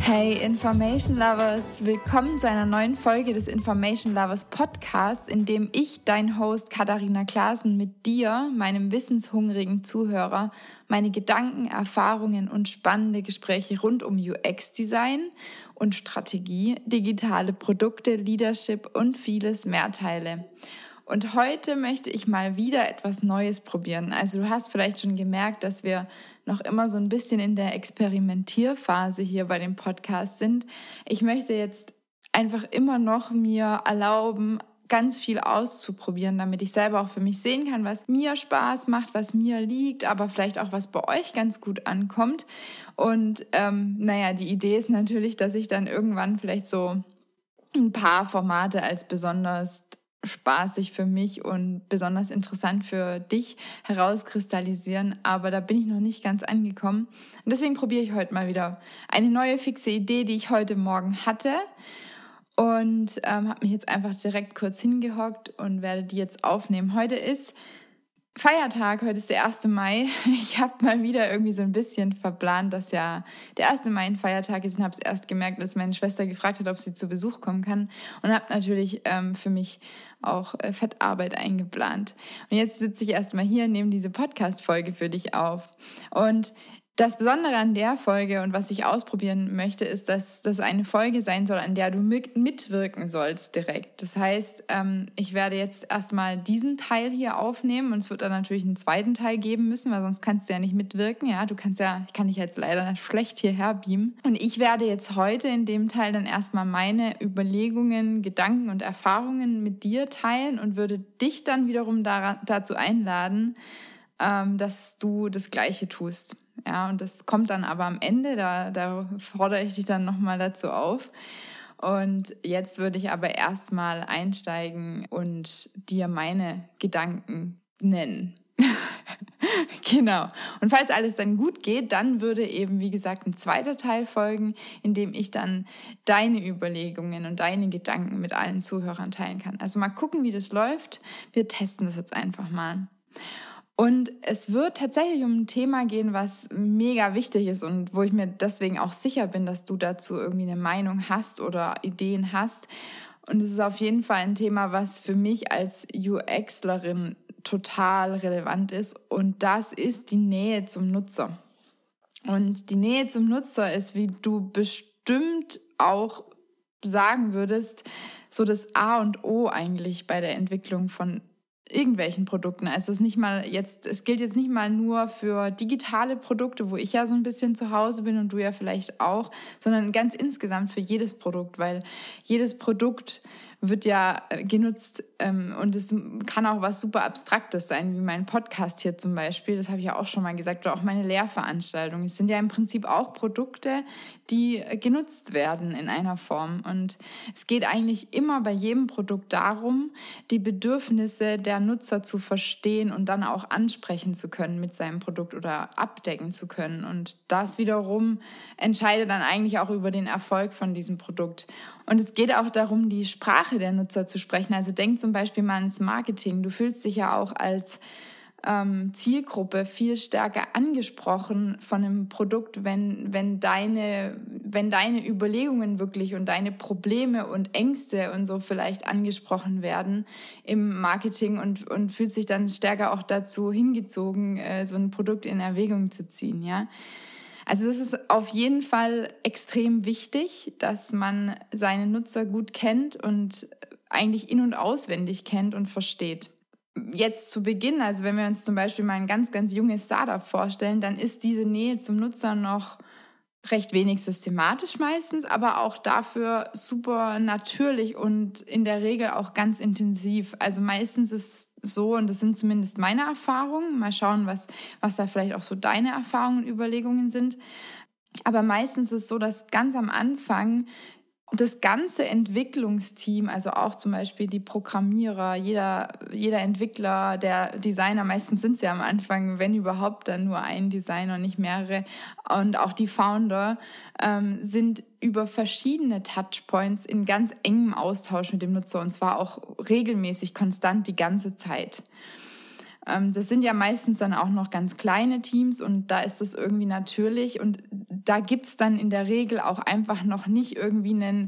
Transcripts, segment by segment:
Hey Information Lovers, willkommen zu einer neuen Folge des Information Lovers Podcasts, in dem ich, dein Host Katharina Klaassen, mit dir, meinem wissenshungrigen Zuhörer, meine Gedanken, Erfahrungen und spannende Gespräche rund um UX-Design und Strategie, digitale Produkte, Leadership und vieles mehr teile. Und heute möchte ich mal wieder etwas Neues probieren. Also du hast vielleicht schon gemerkt, dass wir noch immer so ein bisschen in der Experimentierphase hier bei dem Podcast sind. Ich möchte jetzt einfach immer noch mir erlauben, ganz viel auszuprobieren, damit ich selber auch für mich sehen kann, was mir Spaß macht, was mir liegt, aber vielleicht auch, was bei euch ganz gut ankommt. Und die Idee ist natürlich, dass ich dann irgendwann vielleicht so ein paar Formate als besonders spaßig für mich und besonders interessant für dich herauskristallisieren, aber da bin ich noch nicht ganz angekommen. Und deswegen probiere ich heute mal wieder eine neue fixe Idee, die ich heute Morgen hatte und habe mich jetzt einfach direkt kurz hingehockt und werde die jetzt aufnehmen. Heute ist Feiertag, heute ist der 1. Mai. Ich habe mal wieder irgendwie so ein bisschen verplant, dass ja der 1. Mai ein Feiertag ist und habe es erst gemerkt, als meine Schwester gefragt hat, ob sie zu Besuch kommen kann und habe natürlich für mich auch Fettarbeit eingeplant. Und jetzt sitze ich erstmal hier und nehme diese Podcast-Folge für dich auf. Und das Besondere an der Folge und was ich ausprobieren möchte, ist, dass das eine Folge sein soll, an der du mitwirken sollst direkt. Das heißt, ich werde jetzt erstmal diesen Teil hier aufnehmen und es wird dann natürlich einen zweiten Teil geben müssen, weil sonst kannst du ja nicht mitwirken. Ja, ich kann dich jetzt leider schlecht hierher beamen. Und ich werde jetzt heute in dem Teil dann erstmal meine Überlegungen, Gedanken und Erfahrungen mit dir teilen und würde dich dann wiederum dazu einladen, dass du das Gleiche tust. Ja, und das kommt dann aber am Ende, da fordere ich dich dann nochmal dazu auf. Und jetzt würde ich aber erstmal einsteigen und dir meine Gedanken nennen. Genau. Und falls alles dann gut geht, dann würde eben, wie gesagt, ein zweiter Teil folgen, in dem ich dann deine Überlegungen und deine Gedanken mit allen Zuhörern teilen kann. Also mal gucken, wie das läuft. Wir testen das jetzt einfach mal. Und es wird tatsächlich um ein Thema gehen, was mega wichtig ist und wo ich mir deswegen auch sicher bin, dass du dazu irgendwie eine Meinung hast oder Ideen hast. Und es ist auf jeden Fall ein Thema, was für mich als UXlerin total relevant ist. Und das ist die Nähe zum Nutzer. Und die Nähe zum Nutzer ist, wie du bestimmt auch sagen würdest, so das A und O eigentlich bei der Entwicklung von irgendwelchen Produkten. Also es gilt jetzt nicht mal nur für digitale Produkte, wo ich ja so ein bisschen zu Hause bin und du ja vielleicht auch, sondern ganz insgesamt für jedes Produkt, weil jedes Produkt wird ja genutzt und es kann auch was super Abstraktes sein, wie mein Podcast hier zum Beispiel, das habe ich ja auch schon mal gesagt, oder auch meine Lehrveranstaltung. Es sind ja im Prinzip auch Produkte, die genutzt werden in einer Form. Und es geht eigentlich immer bei jedem Produkt darum, die Bedürfnisse der Nutzer zu verstehen und dann auch ansprechen zu können mit seinem Produkt oder abdecken zu können. Und das wiederum entscheidet dann eigentlich auch über den Erfolg von diesem Produkt. Und es geht auch darum, die Sprache der Nutzer zu sprechen. Also denk zum Beispiel mal ans Marketing. Du fühlst dich ja auch als Zielgruppe viel stärker angesprochen von einem Produkt, wenn deine Überlegungen wirklich und deine Probleme und Ängste und so vielleicht angesprochen werden im Marketing und fühlt sich dann stärker auch dazu hingezogen, so ein Produkt in Erwägung zu ziehen, ja. Also das ist auf jeden Fall extrem wichtig, dass man seine Nutzer gut kennt und eigentlich in- und auswendig kennt und versteht. Jetzt zu Beginn, also wenn wir uns zum Beispiel mal ein ganz, ganz junges Startup vorstellen, dann ist diese Nähe zum Nutzer noch recht wenig systematisch meistens, aber auch dafür super natürlich und in der Regel auch ganz intensiv. Also meistens ist es so, und das sind zumindest meine Erfahrungen, mal schauen, was da vielleicht auch so deine Erfahrungen und Überlegungen sind. Aber meistens ist es so, dass ganz am Anfang das ganze Entwicklungsteam, also auch zum Beispiel die Programmierer, jeder Entwickler, der Designer, meistens sind es ja am Anfang, wenn überhaupt, dann nur ein Designer, nicht mehrere, und auch die Founder sind über verschiedene Touchpoints in ganz engem Austausch mit dem Nutzer und zwar auch regelmäßig, konstant die ganze Zeit. Das sind ja meistens dann auch noch ganz kleine Teams und da ist das irgendwie natürlich und da gibt es dann in der Regel auch einfach noch nicht irgendwie ein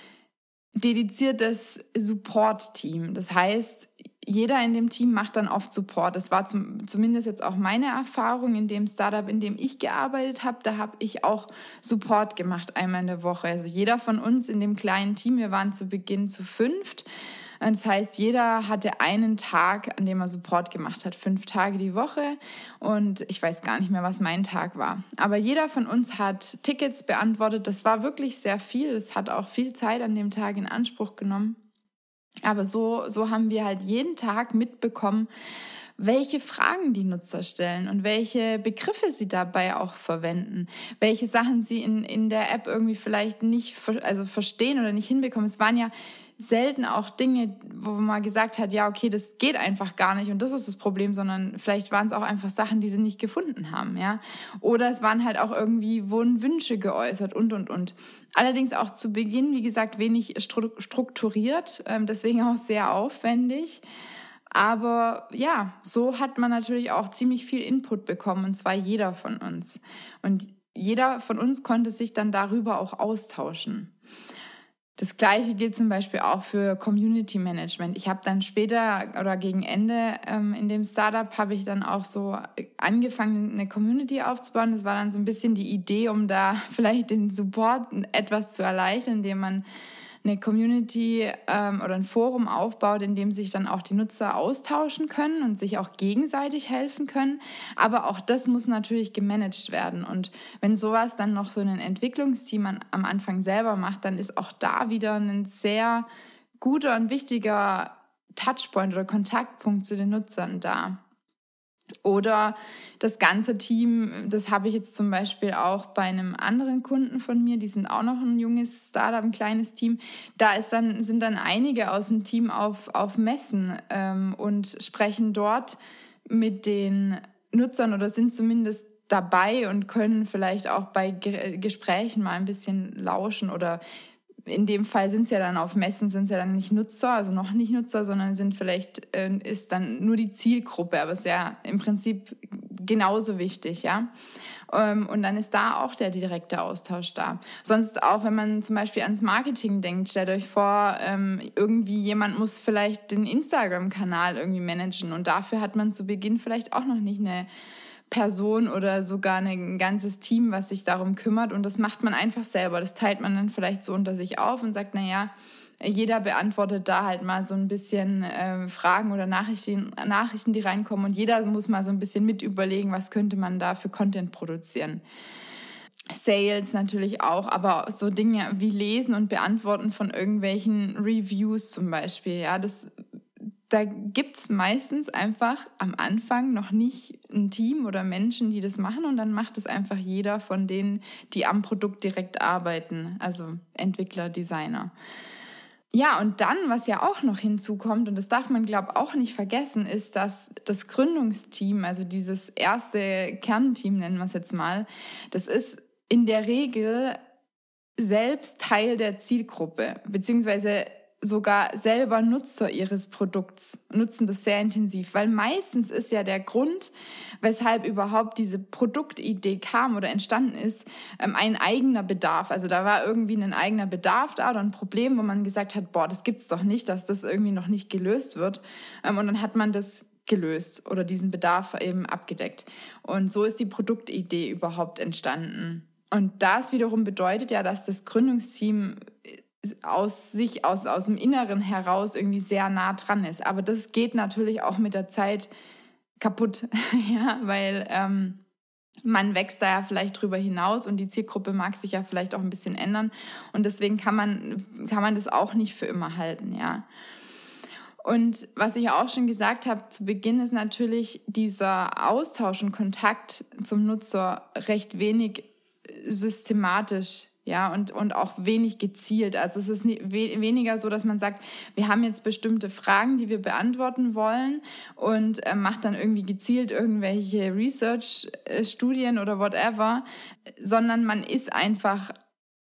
dediziertes Support-Team. Das heißt, jeder in dem Team macht dann oft Support. Das war zumindest jetzt auch meine Erfahrung in dem Startup, in dem ich gearbeitet habe. Da habe ich auch Support gemacht, einmal in der Woche. Also jeder von uns in dem kleinen Team, wir waren zu Beginn zu 5. Das heißt, jeder hatte einen Tag, an dem er Support gemacht hat, 5 Tage die Woche. Und ich weiß gar nicht mehr, was mein Tag war. Aber jeder von uns hat Tickets beantwortet. Das war wirklich sehr viel. Das hat auch viel Zeit an dem Tag in Anspruch genommen. Aber so haben wir halt jeden Tag mitbekommen, welche Fragen die Nutzer stellen und welche Begriffe sie dabei auch verwenden, welche Sachen sie in der App irgendwie vielleicht nicht verstehen oder nicht hinbekommen. Es waren ja selten auch Dinge, wo man gesagt hat, ja, okay, das geht einfach gar nicht und das ist das Problem, sondern vielleicht waren es auch einfach Sachen, die sie nicht gefunden haben, ja. Oder es waren halt auch irgendwie, wurden Wünsche geäußert und. Allerdings auch zu Beginn, wie gesagt, wenig strukturiert, deswegen auch sehr aufwendig. Aber ja, so hat man natürlich auch ziemlich viel Input bekommen, und zwar jeder von uns. Und jeder von uns konnte sich dann darüber auch austauschen. Das Gleiche gilt zum Beispiel auch für Community Management. Ich habe dann später oder gegen Ende in dem Startup habe ich dann auch so angefangen, eine Community aufzubauen. Das war dann so ein bisschen die Idee, um da vielleicht den Support etwas zu erleichtern, indem man eine Community oder ein Forum aufbaut, in dem sich dann auch die Nutzer austauschen können und sich auch gegenseitig helfen können. Aber auch das muss natürlich gemanagt werden. Und wenn sowas dann noch so ein Entwicklungsteam am Anfang selber macht, dann ist auch da wieder ein sehr guter und wichtiger Touchpoint oder Kontaktpunkt zu den Nutzern da. Oder das ganze Team, das habe ich jetzt zum Beispiel auch bei einem anderen Kunden von mir, die sind auch noch ein junges Startup, ein kleines Team. Da sind dann einige aus dem Team auf Messen und sprechen dort mit den Nutzern oder sind zumindest dabei und können vielleicht auch bei Gesprächen mal ein bisschen lauschen oder in dem Fall sind es ja dann auf Messen, sind es ja dann nicht Nutzer, also noch nicht Nutzer, sondern ist dann nur die Zielgruppe, aber es ist ja im Prinzip genauso wichtig, ja. Und dann ist da auch der direkte Austausch da. Sonst auch, wenn man zum Beispiel ans Marketing denkt, stellt euch vor, irgendwie jemand muss vielleicht den Instagram-Kanal irgendwie managen und dafür hat man zu Beginn vielleicht auch noch nicht eine Person oder sogar ein ganzes Team, was sich darum kümmert und das macht man einfach selber. Das teilt man dann vielleicht so unter sich auf und sagt, naja, jeder beantwortet da halt mal so ein bisschen Fragen oder Nachrichten, die reinkommen und jeder muss mal so ein bisschen mit überlegen, was könnte man da für Content produzieren. Sales natürlich auch, aber so Dinge wie Lesen und Beantworten von irgendwelchen Reviews zum Beispiel, ja, da gibt es meistens einfach am Anfang noch nicht ein Team oder Menschen, die das machen und dann macht es einfach jeder von denen, die am Produkt direkt arbeiten, also Entwickler, Designer. Ja, und dann, was ja auch noch hinzukommt, und das darf man, glaube ich, auch nicht vergessen, ist, dass das Gründungsteam, also dieses erste Kernteam, nennen wir es jetzt mal, das ist in der Regel selbst Teil der Zielgruppe, beziehungsweise sogar selber Nutzer ihres Produkts, nutzen das sehr intensiv, weil meistens ist ja der Grund, weshalb überhaupt diese Produktidee kam oder entstanden ist, ein eigener Bedarf. Also da war irgendwie ein eigener Bedarf da oder ein Problem, wo man gesagt hat, boah, das gibt's doch nicht, dass das irgendwie noch nicht gelöst wird. Und dann hat man das gelöst oder diesen Bedarf eben abgedeckt. Und so ist die Produktidee überhaupt entstanden. Und das wiederum bedeutet ja, dass das Gründungsteam aus dem Inneren heraus irgendwie sehr nah dran ist. Aber das geht natürlich auch mit der Zeit kaputt, ja, weil man wächst da ja vielleicht drüber hinaus und die Zielgruppe mag sich ja vielleicht auch ein bisschen ändern und deswegen kann man das auch nicht für immer halten, ja. Und was ich auch schon gesagt habe, zu Beginn ist natürlich dieser Austausch und Kontakt zum Nutzer recht wenig systematisch, ja, und auch wenig gezielt. Also es ist weniger so, dass man sagt, wir haben jetzt bestimmte Fragen, die wir beantworten wollen und macht dann irgendwie gezielt irgendwelche Research-Studien oder whatever, sondern man ist einfach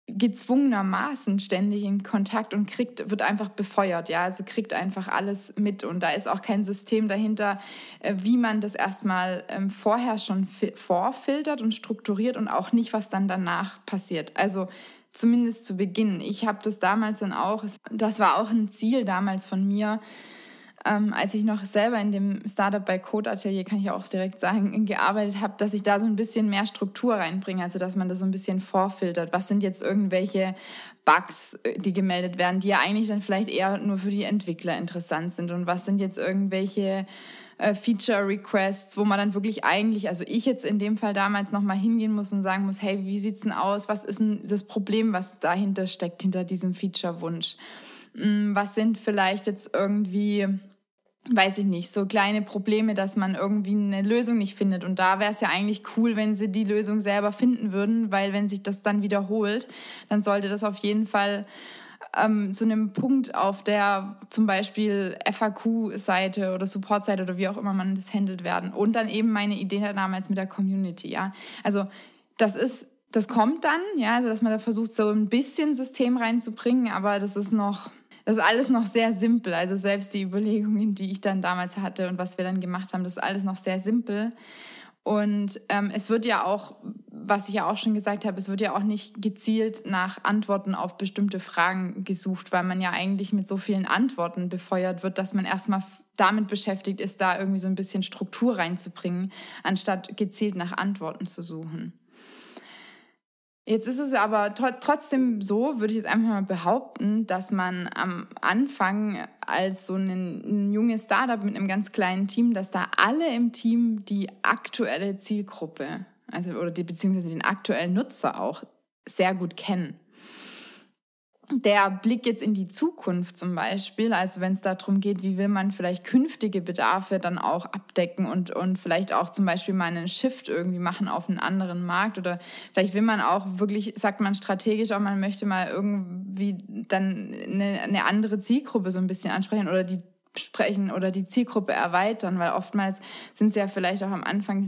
gezwungenermaßen ständig in Kontakt und wird einfach befeuert, ja, also kriegt einfach alles mit und da ist auch kein System dahinter, wie man das erstmal vorher schon vorfiltert und strukturiert und auch nicht, was dann danach passiert. Also zumindest zu Beginn. Ich habe das damals dann auch, das war auch ein Ziel damals von mir, als ich noch selber in dem Startup bei Code Atelier, kann ich auch direkt sagen, gearbeitet habe, dass ich da so ein bisschen mehr Struktur reinbringe, also dass man das so ein bisschen vorfiltert. Was sind jetzt irgendwelche Bugs, die gemeldet werden, die ja eigentlich dann vielleicht eher nur für die Entwickler interessant sind, und was sind jetzt irgendwelche Feature-Requests, wo man dann wirklich eigentlich, also ich jetzt in dem Fall damals nochmal hingehen muss und sagen muss, hey, wie sieht's denn aus? Was ist denn das Problem, was dahinter steckt, hinter diesem Feature-Wunsch? Was sind vielleicht jetzt irgendwie, weiß ich nicht, so kleine Probleme, dass man irgendwie eine Lösung nicht findet. Und da wäre es ja eigentlich cool, wenn sie die Lösung selber finden würden, weil wenn sich das dann wiederholt, dann sollte das auf jeden Fall zu einem Punkt auf der zum Beispiel FAQ-Seite oder Support-Seite oder wie auch immer man das handelt werden. Und dann eben meine Idee damals mit der Community, ja. Also das kommt dann, ja, also dass man da versucht, so ein bisschen System reinzubringen, aber das ist alles noch sehr simpel. Also selbst die Überlegungen, die ich dann damals hatte und was wir dann gemacht haben, das ist alles noch sehr simpel. Und es wird ja auch, was ich ja auch schon gesagt habe, es wird ja auch nicht gezielt nach Antworten auf bestimmte Fragen gesucht, weil man ja eigentlich mit so vielen Antworten befeuert wird, dass man erstmal damit beschäftigt ist, da irgendwie so ein bisschen Struktur reinzubringen, anstatt gezielt nach Antworten zu suchen. Jetzt ist es aber trotzdem so, würde ich jetzt einfach mal behaupten, dass man am Anfang als so ein junges Startup mit einem ganz kleinen Team, dass da alle im Team die aktuelle Zielgruppe, beziehungsweise den aktuellen Nutzer auch sehr gut kennen. Der Blick jetzt in die Zukunft zum Beispiel, also wenn es darum geht, wie will man vielleicht künftige Bedarfe dann auch abdecken und vielleicht auch zum Beispiel mal einen Shift irgendwie machen auf einen anderen Markt, oder vielleicht will man auch wirklich, sagt man strategisch auch, man möchte mal irgendwie dann eine andere Zielgruppe so ein bisschen ansprechen oder die Zielgruppe erweitern, weil oftmals sind es ja vielleicht auch am Anfang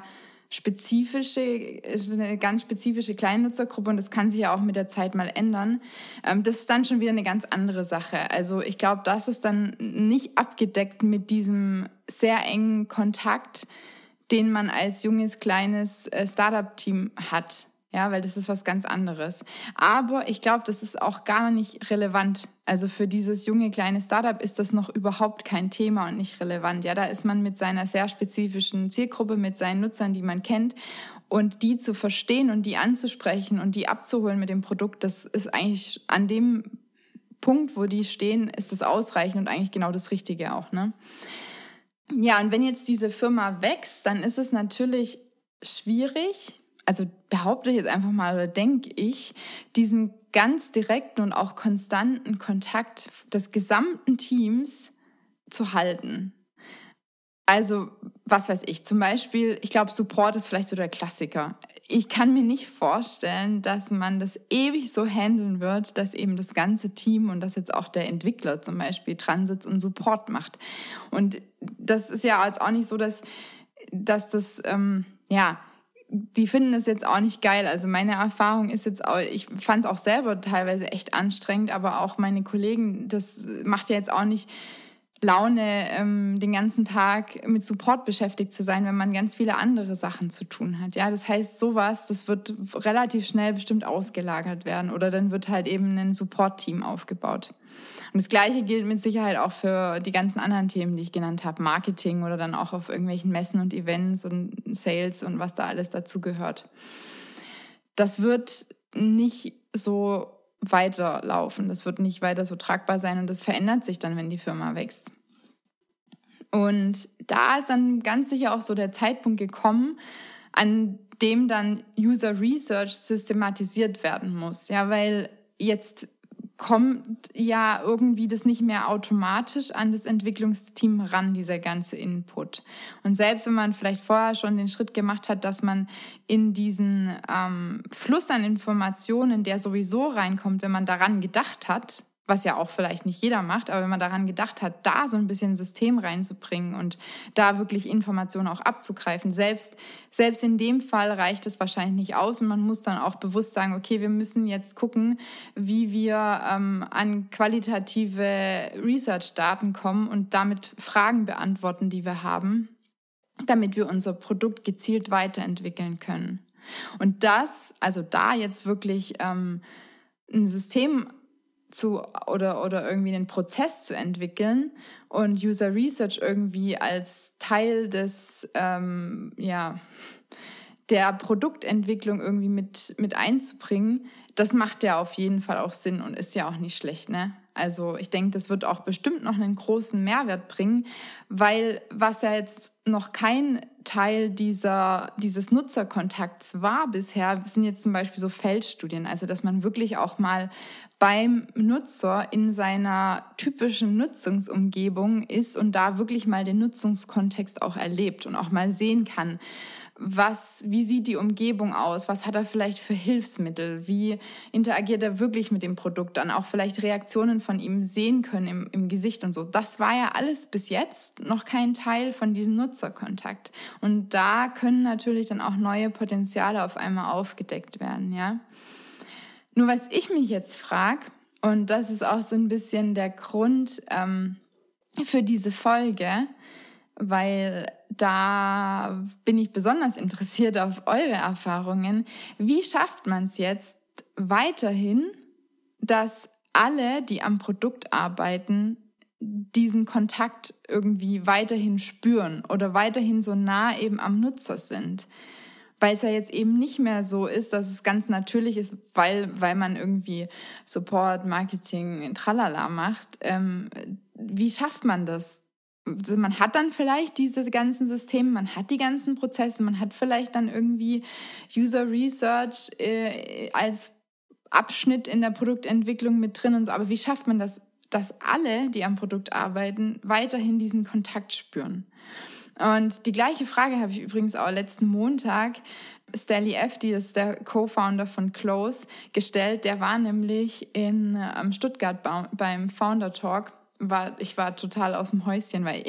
eine ganz spezifische Kleinnutzergruppe, und das kann sich ja auch mit der Zeit mal ändern. Das ist dann schon wieder eine ganz andere Sache. Also ich glaube, das ist dann nicht abgedeckt mit diesem sehr engen Kontakt, den man als junges, kleines Startup-Team hat. Ja, weil das ist was ganz anderes. Aber ich glaube, das ist auch gar nicht relevant. Also für dieses junge, kleine Startup ist das noch überhaupt kein Thema und nicht relevant. Ja, da ist man mit seiner sehr spezifischen Zielgruppe, mit seinen Nutzern, die man kennt, und die zu verstehen und die anzusprechen und die abzuholen mit dem Produkt, das ist eigentlich an dem Punkt, wo die stehen, ist das ausreichend und eigentlich genau das Richtige auch, ne? Ja, und wenn jetzt diese Firma wächst, dann ist es natürlich schwierig, also behaupte ich jetzt einfach mal oder denke ich, diesen ganz direkten und auch konstanten Kontakt des gesamten Teams zu halten. Also, was weiß ich, zum Beispiel, ich glaube, Support ist vielleicht so der Klassiker. Ich kann mir nicht vorstellen, dass man das ewig so handeln wird, dass eben das ganze Team und dass jetzt auch der Entwickler zum Beispiel dran sitzt und Support macht. Und das ist ja jetzt auch nicht so, dass das, die finden das jetzt auch nicht geil. Also meine Erfahrung ist jetzt auch, ich fand es auch selber teilweise echt anstrengend, aber auch meine Kollegen, das macht ja jetzt auch nicht Laune, den ganzen Tag mit Support beschäftigt zu sein, wenn man ganz viele andere Sachen zu tun hat. Ja, das heißt, sowas, das wird relativ schnell bestimmt ausgelagert werden, oder dann wird halt eben ein Support-Team aufgebaut. Und das Gleiche gilt mit Sicherheit auch für die ganzen anderen Themen, die ich genannt habe, Marketing oder dann auch auf irgendwelchen Messen und Events und Sales und was da alles dazu gehört. Das wird nicht so weiterlaufen, das wird nicht weiter so tragbar sein, und das verändert sich dann, wenn die Firma wächst. Und da ist dann ganz sicher auch so der Zeitpunkt gekommen, an dem dann User Research systematisiert werden muss. Ja, weil jetzt kommt ja irgendwie das nicht mehr automatisch an das Entwicklungsteam ran, dieser ganze Input. Und selbst wenn man vielleicht vorher schon den Schritt gemacht hat, dass man in diesen Fluss an Informationen, der sowieso reinkommt, wenn man daran gedacht hat, was ja auch vielleicht nicht jeder macht, aber wenn man daran gedacht hat, da so ein bisschen System reinzubringen und da wirklich Informationen auch abzugreifen, selbst in dem Fall reicht es wahrscheinlich nicht aus und man muss dann auch bewusst sagen, okay, wir müssen jetzt gucken, wie wir an qualitative Research-Daten kommen und damit Fragen beantworten, die wir haben, damit wir unser Produkt gezielt weiterentwickeln können. Und also da jetzt wirklich ein System oder irgendwie einen Prozess zu entwickeln und User Research irgendwie als Teil der Produktentwicklung irgendwie mit einzubringen, das macht ja auf jeden Fall auch Sinn und ist ja auch nicht schlecht, ne? Also ich denke, das wird auch bestimmt noch einen großen Mehrwert bringen, weil was ja jetzt noch kein Teil dieses Nutzerkontakts war bisher, sind jetzt zum Beispiel so Feldstudien, also dass man wirklich auch mal beim Nutzer in seiner typischen Nutzungsumgebung ist und da wirklich mal den Nutzungskontext auch erlebt und auch mal sehen kann, wie sieht die Umgebung aus, was hat er vielleicht für Hilfsmittel, wie interagiert er wirklich mit dem Produkt, dann auch vielleicht Reaktionen von ihm sehen können im Gesicht und so. Das war ja alles bis jetzt noch kein Teil von diesem Nutzerkontakt. Und da können natürlich dann auch neue Potenziale auf einmal aufgedeckt werden, ja. Nur was ich mich jetzt frage, und das ist auch so ein bisschen der Grund für diese Folge, weil da bin ich besonders interessiert auf eure Erfahrungen. Wie schafft man es jetzt weiterhin, dass alle, die am Produkt arbeiten, diesen Kontakt irgendwie weiterhin spüren oder weiterhin so nah eben am Nutzer sind? Weil es ja jetzt eben nicht mehr so ist, dass es ganz natürlich ist, weil man irgendwie Support, Marketing, Tralala macht. Wie schafft man das? Also man hat dann vielleicht diese ganzen Systeme, man hat die ganzen Prozesse, man hat vielleicht dann irgendwie User Research als Abschnitt in der Produktentwicklung mit drin und so. Aber wie schafft man das, dass alle, die am Produkt arbeiten, weiterhin diesen Kontakt spüren? Und die gleiche Frage habe ich übrigens auch letzten Montag Stanley Efti, das ist der Co-Founder von Close, gestellt. Der war nämlich in Stuttgart beim Founder Talk. Ich war total aus dem Häuschen, weil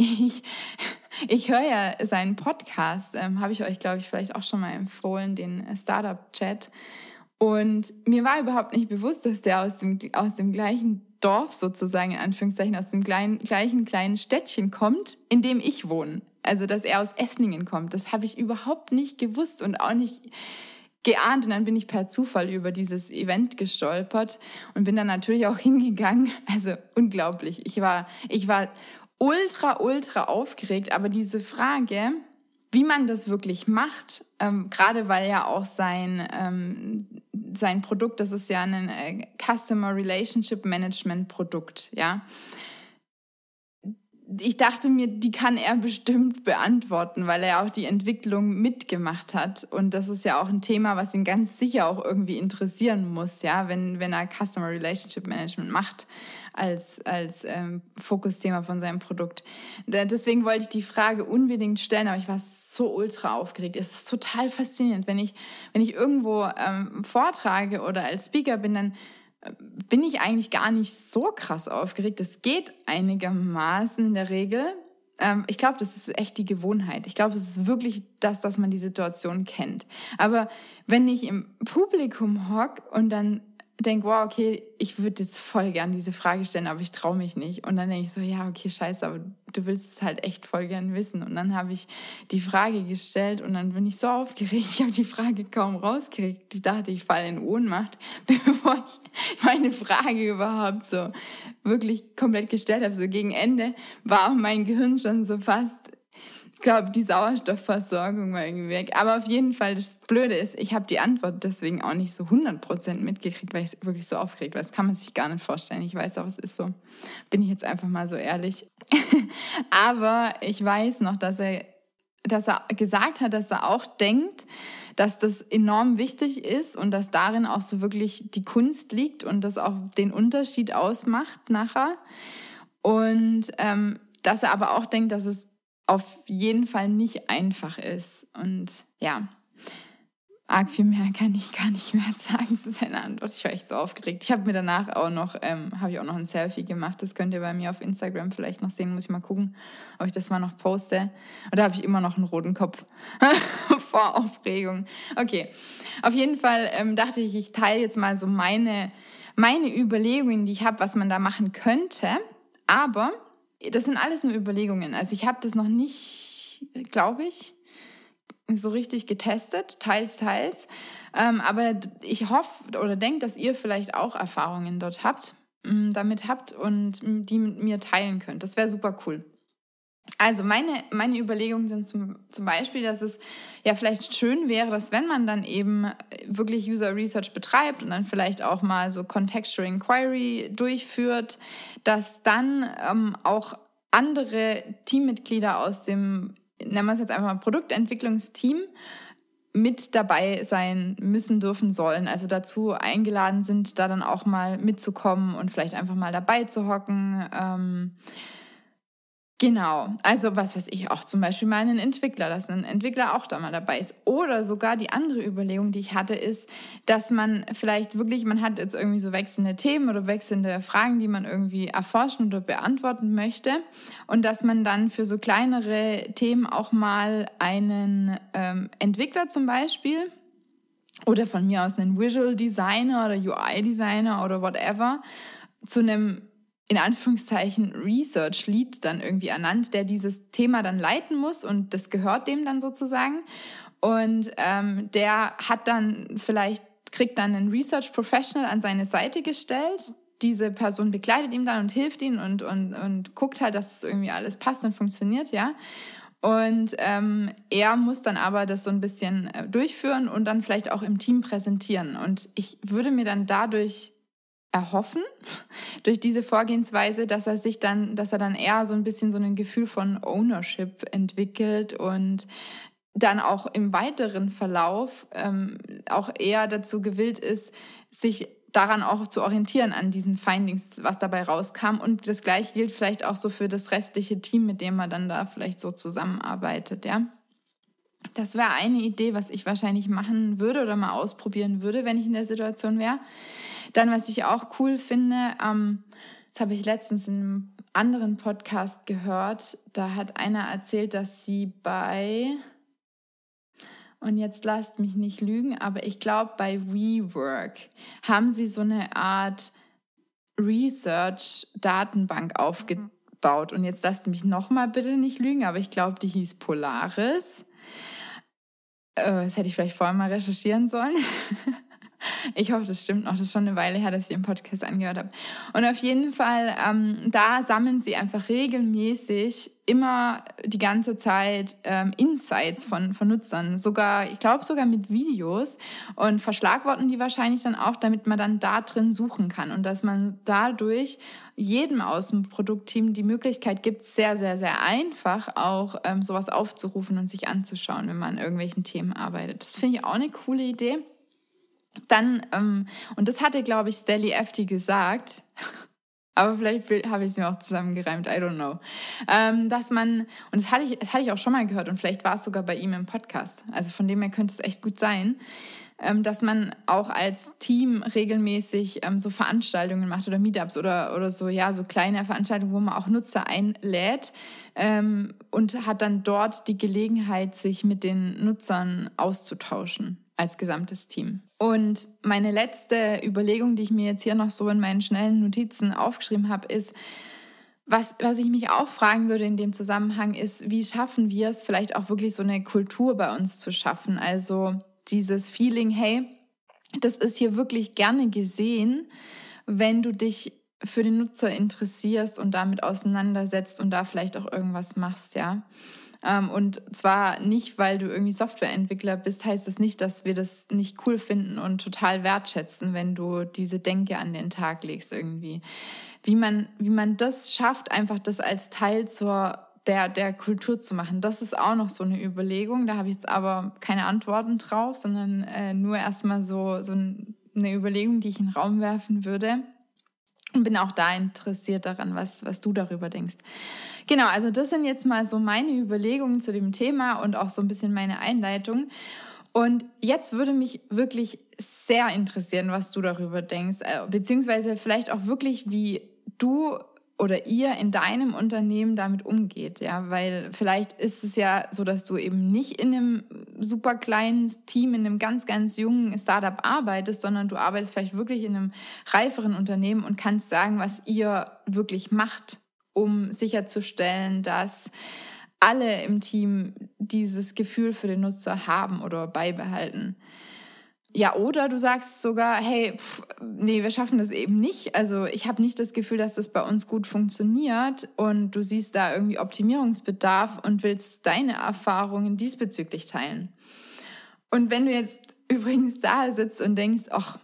ich höre ja seinen Podcast, habe ich euch, glaube ich, vielleicht auch schon mal empfohlen, den Startup-Chat. Und mir war überhaupt nicht bewusst, dass der aus dem gleichen Dorf sozusagen, in Anführungszeichen, aus dem gleichen kleinen Städtchen kommt, in dem ich wohne. Also, dass er aus Esslingen kommt. Das habe ich überhaupt nicht gewusst und auch nicht geahnt. Und dann bin ich per Zufall über dieses Event gestolpert und bin dann natürlich auch hingegangen. Also unglaublich. Ich war ultra, ultra aufgeregt. Aber diese Frage, wie man das wirklich macht, gerade weil ja auch sein Produkt, das ist ja ein Customer Relationship Management Produkt, ja. Ich dachte mir, die kann er bestimmt beantworten, weil er auch die Entwicklung mitgemacht hat. Und das ist ja auch ein Thema, was ihn ganz sicher auch irgendwie interessieren muss, ja, wenn er Customer Relationship Management macht als Fokusthema von seinem Produkt. Deswegen wollte ich die Frage unbedingt stellen, aber ich war so ultra aufgeregt. Es ist total faszinierend. Wenn ich irgendwo vortrage oder als Speaker bin, dann bin ich eigentlich gar nicht so krass aufgeregt. Das geht einigermaßen in der Regel. Ich glaube, das ist echt die Gewohnheit. Ich glaube, es ist wirklich dass man die Situation kennt. Aber wenn ich im Publikum hocke und dann denke, wow, okay, ich würde jetzt voll gern diese Frage stellen, aber ich traue mich nicht. Und dann denke ich so, ja, okay, scheiße, aber du willst es halt echt voll gern wissen. Und dann habe ich die Frage gestellt und dann bin ich so aufgeregt. Ich habe die Frage kaum rausgekriegt. Ich dachte, ich falle in Ohnmacht, bevor ich meine Frage überhaupt so wirklich komplett gestellt habe. So gegen Ende war auch mein Gehirn schon so fast, ich glaube, die Sauerstoffversorgung war irgendwie weg. Aber auf jeden Fall, das Blöde ist, ich habe die Antwort deswegen auch nicht so 100% mitgekriegt, weil ich wirklich so aufgeregt war. Das kann man sich gar nicht vorstellen. Ich weiß auch, es ist so. Bin ich jetzt einfach mal so ehrlich. Aber ich weiß noch, dass er gesagt hat, dass er auch denkt, dass das enorm wichtig ist und dass darin auch so wirklich die Kunst liegt und das auch den Unterschied ausmacht nachher. Und dass er aber auch denkt, dass es auf jeden Fall nicht einfach ist. Und ja, arg viel mehr kann ich gar nicht mehr sagen zu seiner Antwort. Gott, ich war echt so aufgeregt. Ich habe mir danach auch noch, ein Selfie gemacht. Das könnt ihr bei mir auf Instagram vielleicht noch sehen. Muss ich mal gucken, ob ich das mal noch poste. Und da habe ich immer noch einen roten Kopf vor Aufregung. Okay, auf jeden Fall dachte ich, ich teile jetzt mal so meine Überlegungen, die ich habe, was man da machen könnte. Aber das sind alles nur Überlegungen. Also ich habe das noch nicht, glaube ich, so richtig getestet, teils. Aber ich hoffe oder denke, dass ihr vielleicht auch Erfahrungen dort damit habt und die mit mir teilen könnt. Das wäre super cool. Also meine Überlegungen sind zum Beispiel, dass es ja vielleicht schön wäre, dass wenn man dann eben wirklich User Research betreibt und dann vielleicht auch mal so Contextual Inquiry durchführt, dass dann auch andere Teammitglieder aus dem, nennen wir es jetzt einfach mal Produktentwicklungsteam, mit dabei sein müssen, dürfen, sollen. Also dazu eingeladen sind, da dann auch mal mitzukommen und vielleicht einfach mal dabei zu hocken. Genau, also was weiß ich, auch zum Beispiel mal einen Entwickler, dass ein Entwickler auch da mal dabei ist. Oder sogar die andere Überlegung, die ich hatte, ist, dass man vielleicht wirklich, man hat jetzt irgendwie so wechselnde Themen oder wechselnde Fragen, die man irgendwie erforschen oder beantworten möchte. Und dass man dann für so kleinere Themen auch mal einen Entwickler zum Beispiel oder von mir aus einen Visual Designer oder UI Designer oder whatever zu einem in Anführungszeichen Research Lead dann irgendwie ernannt, der dieses Thema dann leiten muss und das gehört dem dann sozusagen. Und der hat dann kriegt dann einen Research Professional an seine Seite gestellt. Diese Person begleitet ihn dann und hilft ihm und guckt halt, dass das irgendwie alles passt und funktioniert, ja. Und er muss dann aber das so ein bisschen durchführen und dann vielleicht auch im Team präsentieren. Und ich würde mir dann dadurch erhoffen, durch diese Vorgehensweise, dass er dann eher so ein bisschen so ein Gefühl von Ownership entwickelt und dann auch im weiteren Verlauf auch eher dazu gewillt ist, sich daran auch zu orientieren an diesen Findings, was dabei rauskam. Und das Gleiche gilt vielleicht auch so für das restliche Team, mit dem man dann da vielleicht so zusammenarbeitet, ja. Das wäre eine Idee, was ich wahrscheinlich machen würde oder mal ausprobieren würde, wenn ich in der Situation wäre. Dann, was ich auch cool finde, das habe ich letztens in einem anderen Podcast gehört, da hat einer erzählt, dass sie und jetzt lasst mich nicht lügen, aber ich glaube bei WeWork haben sie so eine Art Research-Datenbank aufgebaut. Und jetzt lasst mich nochmal bitte nicht lügen, aber ich glaube, die hieß Polaris. Das hätte ich vielleicht vorher mal recherchieren sollen. Ich hoffe, das stimmt noch. Das ist schon eine Weile her, dass ich den Podcast angehört habe. Und auf jeden Fall, da sammeln sie einfach regelmäßig immer die ganze Zeit Insights von Nutzern. Ich glaube sogar mit Videos und verschlagworten die wahrscheinlich dann auch, damit man dann da drin suchen kann. Und dass man dadurch jedem aus dem Produktteam die Möglichkeit gibt, sehr, sehr, sehr einfach auch sowas aufzurufen und sich anzuschauen, wenn man an irgendwelchen Themen arbeitet. Das finde ich auch eine coole Idee. Dann, und das hatte, glaube ich, Stelly Efti gesagt, aber vielleicht habe ich es mir auch zusammengereimt, I don't know, dass man, und das hatte ich auch schon mal gehört und vielleicht war es sogar bei ihm im Podcast, also von dem her könnte es echt gut sein, dass man auch als Team regelmäßig so Veranstaltungen macht oder Meetups oder so, ja, so kleine Veranstaltungen, wo man auch Nutzer einlädt und hat dann dort die Gelegenheit, sich mit den Nutzern auszutauschen als gesamtes Team. Und meine letzte Überlegung, die ich mir jetzt hier noch so in meinen schnellen Notizen aufgeschrieben habe, ist, was ich mich auch fragen würde in dem Zusammenhang ist, wie schaffen wir es, vielleicht auch wirklich so eine Kultur bei uns zu schaffen? Also dieses Feeling, hey, das ist hier wirklich gerne gesehen, wenn du dich für den Nutzer interessierst und damit auseinandersetzt und da vielleicht auch irgendwas machst, ja. Und zwar nicht, weil du irgendwie Softwareentwickler bist, heißt das nicht, dass wir das nicht cool finden und total wertschätzen, wenn du diese Denke an den Tag legst irgendwie. Wie man das schafft, einfach das als Teil der Kultur zu machen, das ist auch noch so eine Überlegung. Da habe ich jetzt aber keine Antworten drauf, sondern nur erstmal so eine Überlegung, die ich in den Raum werfen würde. Und bin auch da interessiert daran, was du darüber denkst. Genau, also das sind jetzt mal so meine Überlegungen zu dem Thema und auch so ein bisschen meine Einleitung. Und jetzt würde mich wirklich sehr interessieren, was du darüber denkst, beziehungsweise vielleicht auch wirklich, wie du oder ihr in deinem Unternehmen damit umgeht, ja, weil vielleicht ist es ja so, dass du eben nicht in einem super kleinen Team, in einem ganz, ganz jungen Startup arbeitest, sondern du arbeitest vielleicht wirklich in einem reiferen Unternehmen und kannst sagen, was ihr wirklich macht, um sicherzustellen, dass alle im Team dieses Gefühl für den Nutzer haben oder beibehalten. Ja, oder du sagst sogar, hey, nee, wir schaffen das eben nicht. Also ich habe nicht das Gefühl, dass das bei uns gut funktioniert und du siehst da irgendwie Optimierungsbedarf und willst deine Erfahrungen diesbezüglich teilen. Und wenn du jetzt übrigens da sitzt und denkst, ach,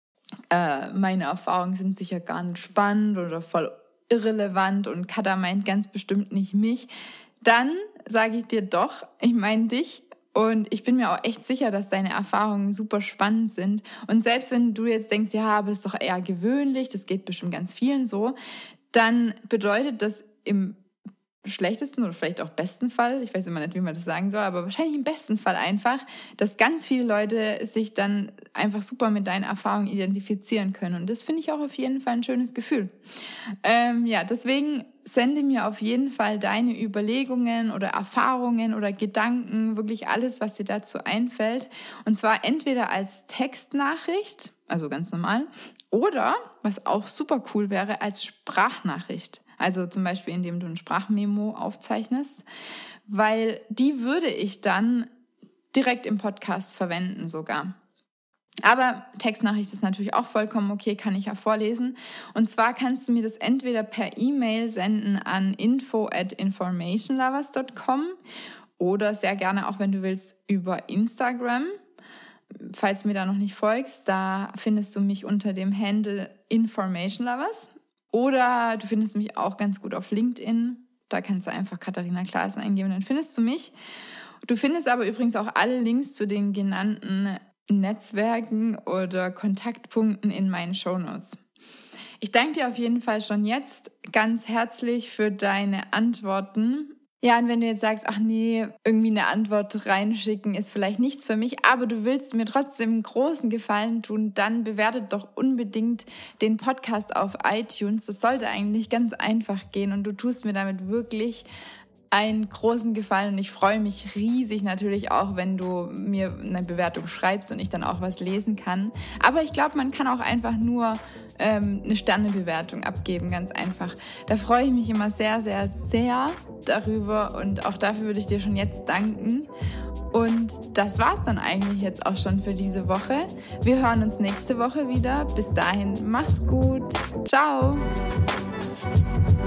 meine Erfahrungen sind sicher gar nicht spannend oder voll irrelevant und Kada meint ganz bestimmt nicht mich, dann sage ich dir doch, ich meine dich. Und ich bin mir auch echt sicher, dass deine Erfahrungen super spannend sind. Und selbst wenn du jetzt denkst, ja, aber ist doch eher gewöhnlich, das geht bestimmt ganz vielen so, dann bedeutet das im schlechtesten oder vielleicht auch besten Fall, ich weiß immer nicht, wie man das sagen soll, aber wahrscheinlich im besten Fall einfach, dass ganz viele Leute sich dann einfach super mit deinen Erfahrungen identifizieren können. Und das finde ich auch auf jeden Fall ein schönes Gefühl. Deswegen sende mir auf jeden Fall deine Überlegungen oder Erfahrungen oder Gedanken, wirklich alles, was dir dazu einfällt. Und zwar entweder als Textnachricht, also ganz normal, oder, was auch super cool wäre, als Sprachnachricht. Also zum Beispiel, indem du ein Sprachmemo aufzeichnest, weil die würde ich dann direkt im Podcast verwenden sogar. Aber Textnachricht ist natürlich auch vollkommen okay, kann ich ja vorlesen. Und zwar kannst du mir das entweder per E-Mail senden an info@informationlovers.com oder sehr gerne auch, wenn du willst, über Instagram. Falls du mir da noch nicht folgst, da findest du mich unter dem Handle informationlovers. Oder du findest mich auch ganz gut auf LinkedIn. Da kannst du einfach Katharina Klaassen eingeben, dann findest du mich. Du findest aber übrigens auch alle Links zu den genannten Netzwerken oder Kontaktpunkten in meinen Shownotes. Ich danke dir auf jeden Fall schon jetzt ganz herzlich für deine Antworten. Ja, und wenn du jetzt sagst, ach nee, irgendwie eine Antwort reinschicken ist vielleicht nichts für mich, aber du willst mir trotzdem einen großen Gefallen tun, dann bewertet doch unbedingt den Podcast auf iTunes. Das sollte eigentlich ganz einfach gehen und du tust mir damit wirklich einen großen Gefallen und ich freue mich riesig natürlich auch, wenn du mir eine Bewertung schreibst und ich dann auch was lesen kann. Aber ich glaube, man kann auch einfach nur eine Sternebewertung abgeben, ganz einfach. Da freue ich mich immer sehr, sehr, sehr darüber und auch dafür würde ich dir schon jetzt danken. Und das war's dann eigentlich jetzt auch schon für diese Woche. Wir hören uns nächste Woche wieder. Bis dahin, mach's gut. Ciao.